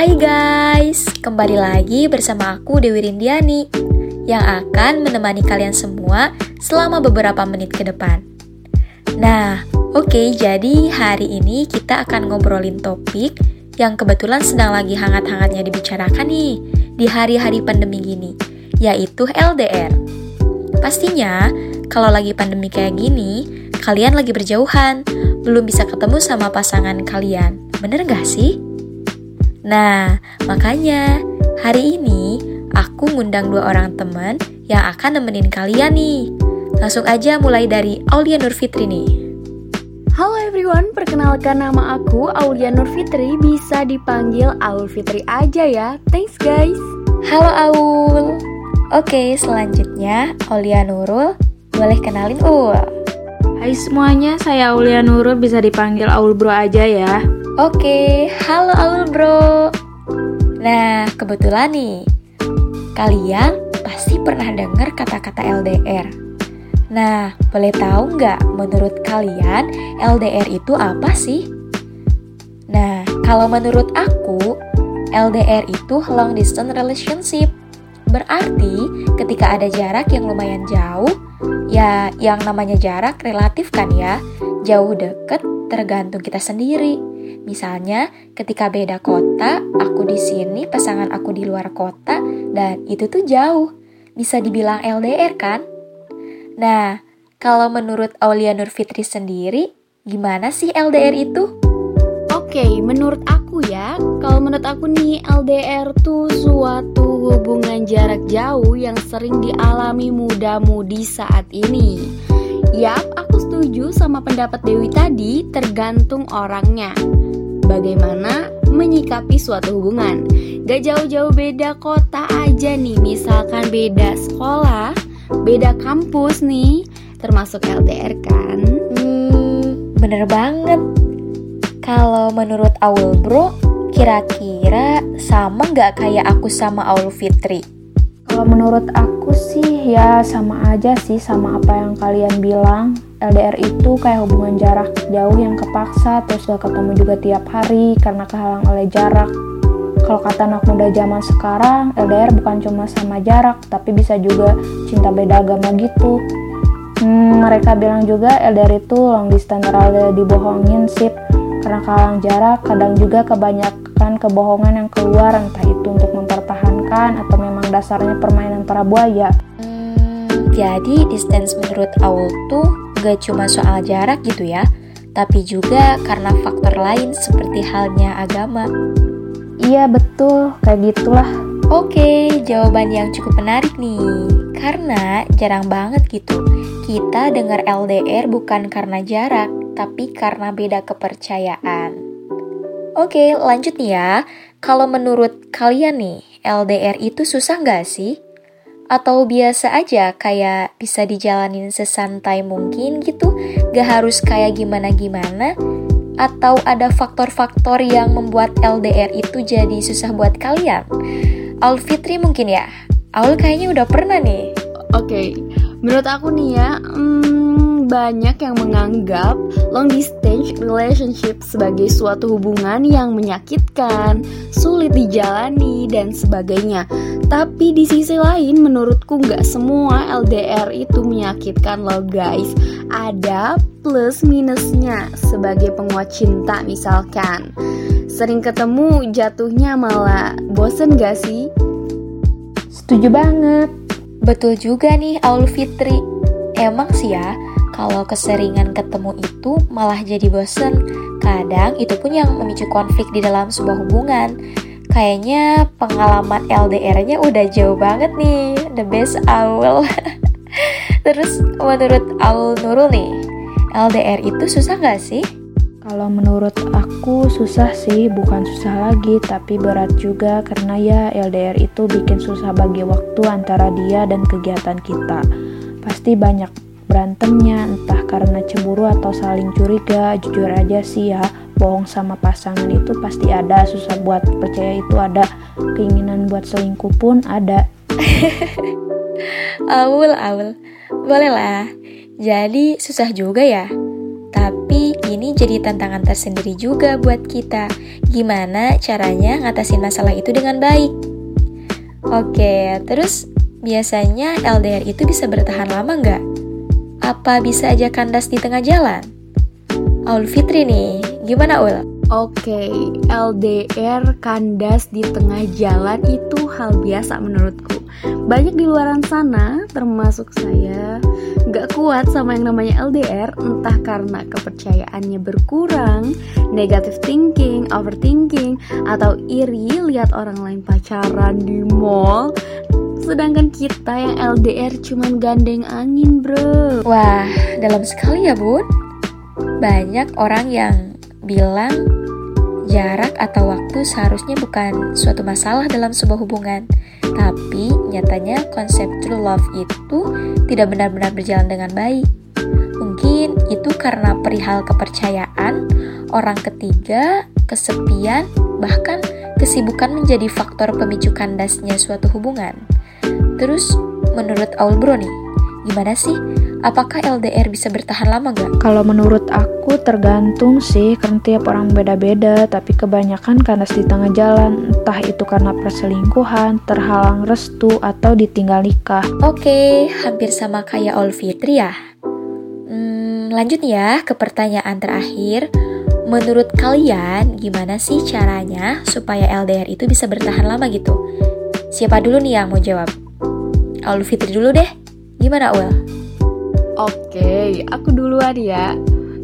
Hai guys, kembali lagi bersama aku Dewi Rindiani yang akan menemani kalian semua selama beberapa menit ke depan. Nah, jadi hari ini kita akan ngobrolin topik yang kebetulan sedang lagi hangat-hangatnya dibicarakan nih di hari-hari pandemi gini, yaitu LDR. Pastinya, kalau lagi pandemi kayak gini, kalian lagi berjauhan, belum bisa ketemu sama pasangan kalian. Bener gak sih? Nah, makanya hari ini aku ngundang 2 orang teman yang akan nemenin kalian nih. Langsung aja mulai dari Aulia Nurfitri nih. Halo everyone, perkenalkan nama aku Aulia Nurfitri, bisa dipanggil Aul Fitri aja ya. Thanks guys. Halo Aul. Oke, selanjutnya Aulia Nurul. Boleh kenalin Ul? Hai semuanya, saya Aulia Nurul, bisa dipanggil Aul Bro aja ya. Oke, halo Aul Bro. Nah, kebetulan nih, kalian pasti pernah dengar kata-kata LDR. Nah, boleh tahu nggak menurut kalian LDR itu apa sih? Nah, kalau menurut aku, LDR itu long distance relationship. Berarti ketika ada jarak yang lumayan jauh, ya yang namanya jarak relatif kan ya, jauh deket tergantung kita sendiri. Misalnya, ketika beda kota, aku di sini, pasangan aku di luar kota, dan itu tuh jauh. Bisa dibilang LDR kan? Nah, kalau menurut Aulia Nurfitri sendiri, gimana sih LDR itu? Oke, menurut aku ya, kalau menurut aku nih, LDR tuh suatu hubungan jarak jauh yang sering dialami muda-mudi saat ini. Yap, aku setuju sama pendapat Dewi tadi, tergantung orangnya. Bagaimana menyikapi suatu hubungan. Gak jauh-jauh beda kota aja nih, misalkan beda sekolah, beda kampus nih, termasuk LDR kan? Bener banget. Kalau menurut Aul Bro, kira-kira sama gak kayak aku sama Aul Fitri? Kalau menurut aku sih ya sama aja sih sama apa yang kalian bilang. LDR itu kayak hubungan jarak jauh yang kepaksa, terus gak ketemu juga tiap hari karena kehalang oleh jarak. Kalau kata anak muda zaman sekarang, LDR bukan cuma sama jarak, tapi bisa juga cinta beda agama gitu. Mereka bilang juga LDR itu long distance rada dibohongin sip, karena kehalang jarak, kadang juga kebanyakan kebohongan yang keluar, entah itu untuk mempertahankan atau memang dasarnya permainan para buaya. Jadi distance menurut Aul tuh gak cuma soal jarak gitu ya, tapi juga karena faktor lain seperti halnya agama. Iya betul, kayak gitulah. Oke, jawaban yang cukup menarik nih. Karena jarang banget gitu kita dengar LDR bukan karena jarak, tapi karena beda kepercayaan. Oke, lanjut nih ya. Kalau menurut kalian nih, LDR itu susah gak sih? Atau biasa aja kayak bisa dijalanin sesantai mungkin gitu, gak harus kayak gimana-gimana? Atau ada faktor-faktor yang membuat LDR itu jadi susah buat kalian? Aul Fitri mungkin ya? Aul kayaknya udah pernah nih. Oke, menurut aku nih ya, banyak yang menganggap long distance relationship sebagai suatu hubungan yang menyakitkan, sulit dijalani, dan sebagainya. Tapi di sisi lain, menurutku nggak semua LDR itu menyakitkan loh guys. Ada plus minusnya sebagai penguat cinta misalkan. Sering ketemu jatuhnya malah bosen gak sih? Setuju banget. Betul juga nih Aul Fitri. Emang sih ya, kalau keseringan ketemu itu malah jadi bosen. Kadang itu pun yang memicu konflik di dalam sebuah hubungan. Kayaknya pengalaman LDR-nya udah jauh banget nih. The best Aul. Terus menurut Aul Nurul nih, LDR itu susah gak sih? Kalau menurut aku susah sih, bukan susah lagi, tapi berat juga karena ya LDR itu bikin susah bagi waktu antara dia dan kegiatan kita. Pasti banyak berantemnya, entah karena cemburu atau saling curiga. Jujur aja sih ya, bohong sama pasangan itu pasti ada, susah buat percaya itu ada, keinginan buat selingkuh pun ada. Aul, boleh lah. Jadi susah juga ya. Tapi ini jadi tantangan tersendiri juga buat kita. Gimana caranya ngatasin masalah itu dengan baik? Oke, terus biasanya LDR itu bisa bertahan lama nggak? Apa bisa aja kandas di tengah jalan? Aul Fitri nih, gimana Ul? Oke, LDR kandas di tengah jalan itu hal biasa menurutku. Banyak di luaran sana, termasuk saya, gak kuat sama yang namanya LDR, entah karena kepercayaannya berkurang, negative thinking, overthinking, atau iri lihat orang lain pacaran di mall. Sedangkan kita yang LDR cuman gandeng angin, bro. Wah, dalam sekali ya, Bun. Banyak orang yang bilang jarak atau waktu seharusnya bukan suatu masalah dalam sebuah hubungan. Tapi nyatanya konsep true love itu tidak benar-benar berjalan dengan baik. Mungkin itu karena perihal kepercayaan, orang ketiga, kesepian, bahkan kesibukan menjadi faktor pemicu kandasnya suatu hubungan. Terus menurut Aul Bro nih, gimana sih? Apakah LDR bisa bertahan lama gak? Kalau menurut aku tergantung sih, karena tiap orang beda-beda, tapi kebanyakan kandas di tengah jalan, entah itu karena perselingkuhan, terhalang restu, atau ditinggal nikah. Oke, hampir sama kayak Aul Fitri ya. Lanjut ya ke pertanyaan terakhir. Menurut kalian, gimana sih caranya supaya LDR itu bisa bertahan lama gitu? Siapa dulu nih yang mau jawab? Aul Fitri dulu deh. Gimana Ul? Oke, aku duluan ya.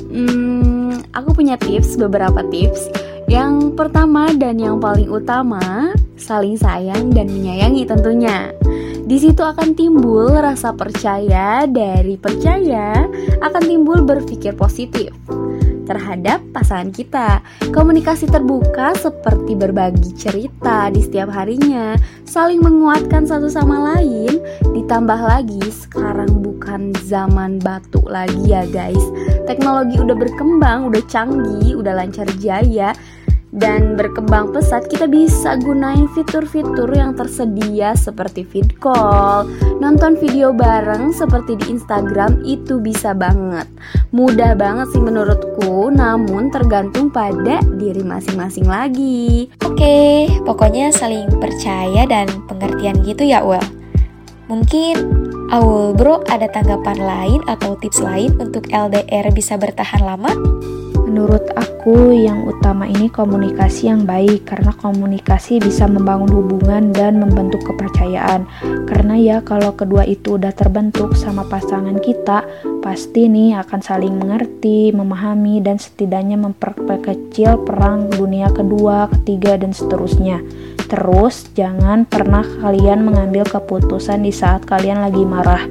Aku punya beberapa tips. Yang pertama dan yang paling utama, saling sayang dan menyayangi tentunya. Di situ akan timbul rasa percaya, dari percaya akan timbul berpikir positif terhadap pasangan kita. Komunikasi terbuka seperti berbagi cerita di setiap harinya, saling menguatkan satu sama lain. Ditambah lagi sekarang bukan zaman batu lagi ya guys. Teknologi udah berkembang, udah canggih, udah lancar jaya dan berkembang pesat. Kita bisa gunain fitur-fitur yang tersedia seperti video call, nonton video bareng seperti di Instagram, itu bisa banget. Mudah banget sih menurutku, namun tergantung pada diri masing-masing lagi. Oke, pokoknya saling percaya dan pengertian gitu ya Ul. Mungkin Aul Bro ada tanggapan lain atau tips lain untuk LDR bisa bertahan lama? Menurut aku yang utama ini komunikasi yang baik, karena komunikasi bisa membangun hubungan dan membentuk kepercayaan. Karena ya kalau kedua itu udah terbentuk sama pasangan kita, pasti nih akan saling mengerti, memahami, dan setidaknya memperkecil perang dunia kedua, ketiga, dan seterusnya. Terus jangan pernah kalian mengambil keputusan di saat kalian lagi marah.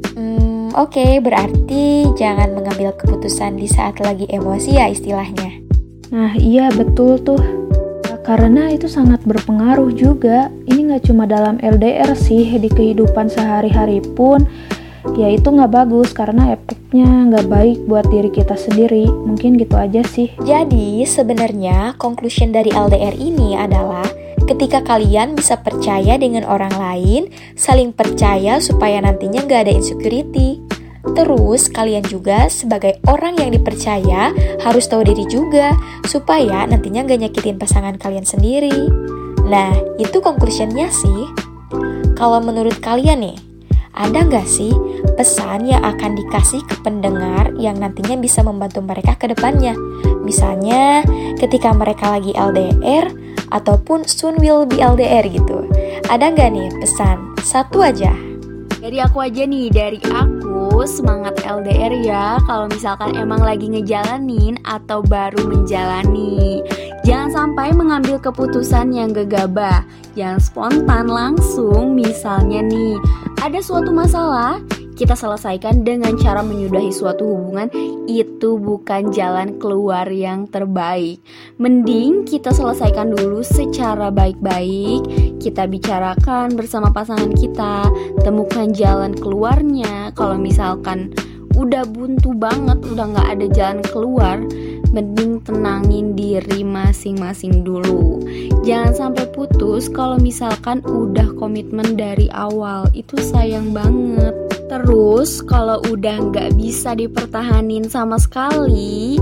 Oke, berarti jangan mengambil keputusan di saat lagi emosi ya istilahnya. Nah iya betul tuh, karena itu sangat berpengaruh juga. Ini gak cuma dalam LDR sih, di kehidupan sehari-hari pun ya itu gak bagus, karena efeknya gak baik buat diri kita sendiri. Mungkin gitu aja sih. Jadi sebenarnya conclusion dari LDR ini adalah ketika kalian bisa percaya dengan orang lain, saling percaya supaya nantinya gak ada insecurity. Terus kalian juga sebagai orang yang dipercaya harus tahu diri juga, supaya nantinya gak nyakitin pasangan kalian sendiri. Nah, itu conclusionnya sih. Kalau menurut kalian nih, ada gak sih pesan yang akan dikasih ke pendengar yang nantinya bisa membantu mereka ke depannya? Misalnya ketika mereka lagi LDR, ataupun soon will be LDR gitu. Ada nggak nih pesan? Satu aja. Dari aku aja nih, dari aku semangat LDR ya. Kalau misalkan emang lagi ngejalanin atau baru menjalani, jangan sampai mengambil keputusan yang gegabah, yang spontan langsung. Misalnya nih, ada suatu masalah, kita selesaikan dengan cara menyudahi suatu hubungan. Itu bukan jalan keluar yang terbaik. Mending kita selesaikan dulu secara baik-baik. Kita bicarakan bersama pasangan kita, temukan jalan keluarnya. Kalau misalkan udah buntu banget, udah gak ada jalan keluar, mending tenangin diri masing-masing dulu. Jangan sampai putus kalau misalkan udah komitmen dari awal. Itu sayang banget. Terus kalau udah gak bisa dipertahanin sama sekali,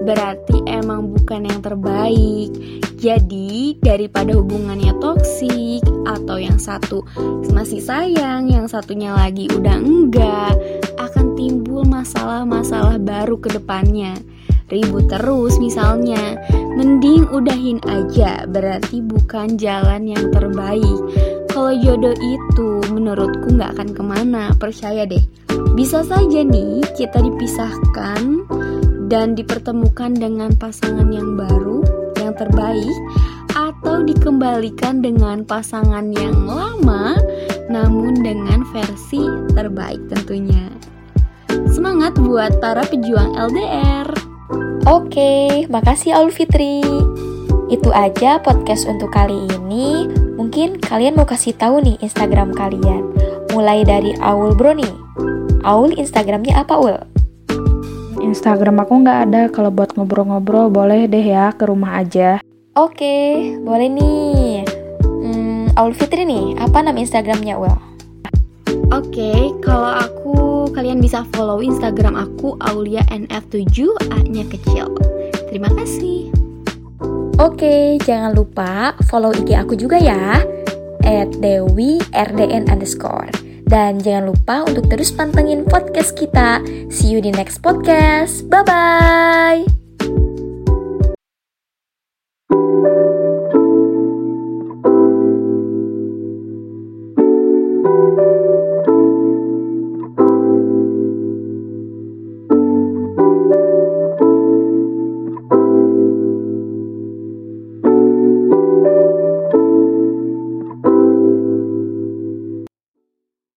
berarti emang bukan yang terbaik. Jadi daripada hubungannya toksik atau yang satu masih sayang, yang satunya lagi udah enggak, akan timbul masalah-masalah baru ke depannya. Ribut terus misalnya, mending udahin aja, berarti bukan jalan yang terbaik. Kalau jodoh itu menurutku gak akan kemana, percaya deh. Bisa saja nih kita dipisahkan dan dipertemukan dengan pasangan yang baru, yang terbaik, atau dikembalikan dengan pasangan yang lama, namun dengan versi terbaik tentunya. Semangat buat para pejuang LDR! Oke, makasih Aul Fitri. Itu aja podcast untuk kali ini. Mungkin kalian mau kasih tahu nih Instagram kalian. Mulai dari Aul Bro nih. Aul Instagramnya apa, Ul? Instagram aku nggak ada, kalau buat ngobrol-ngobrol boleh deh ya ke rumah aja. Oke, boleh nih. Aul Fitri nih, apa nama Instagramnya, Ul? Oke, kalau aku, kalian bisa follow Instagram aku aulianf7, A-nya kecil. Terima kasih. Oke, jangan lupa follow IG aku juga ya, @dewi_rdn_. Dan jangan lupa untuk terus pantengin podcast kita. See you di next podcast. Bye-bye.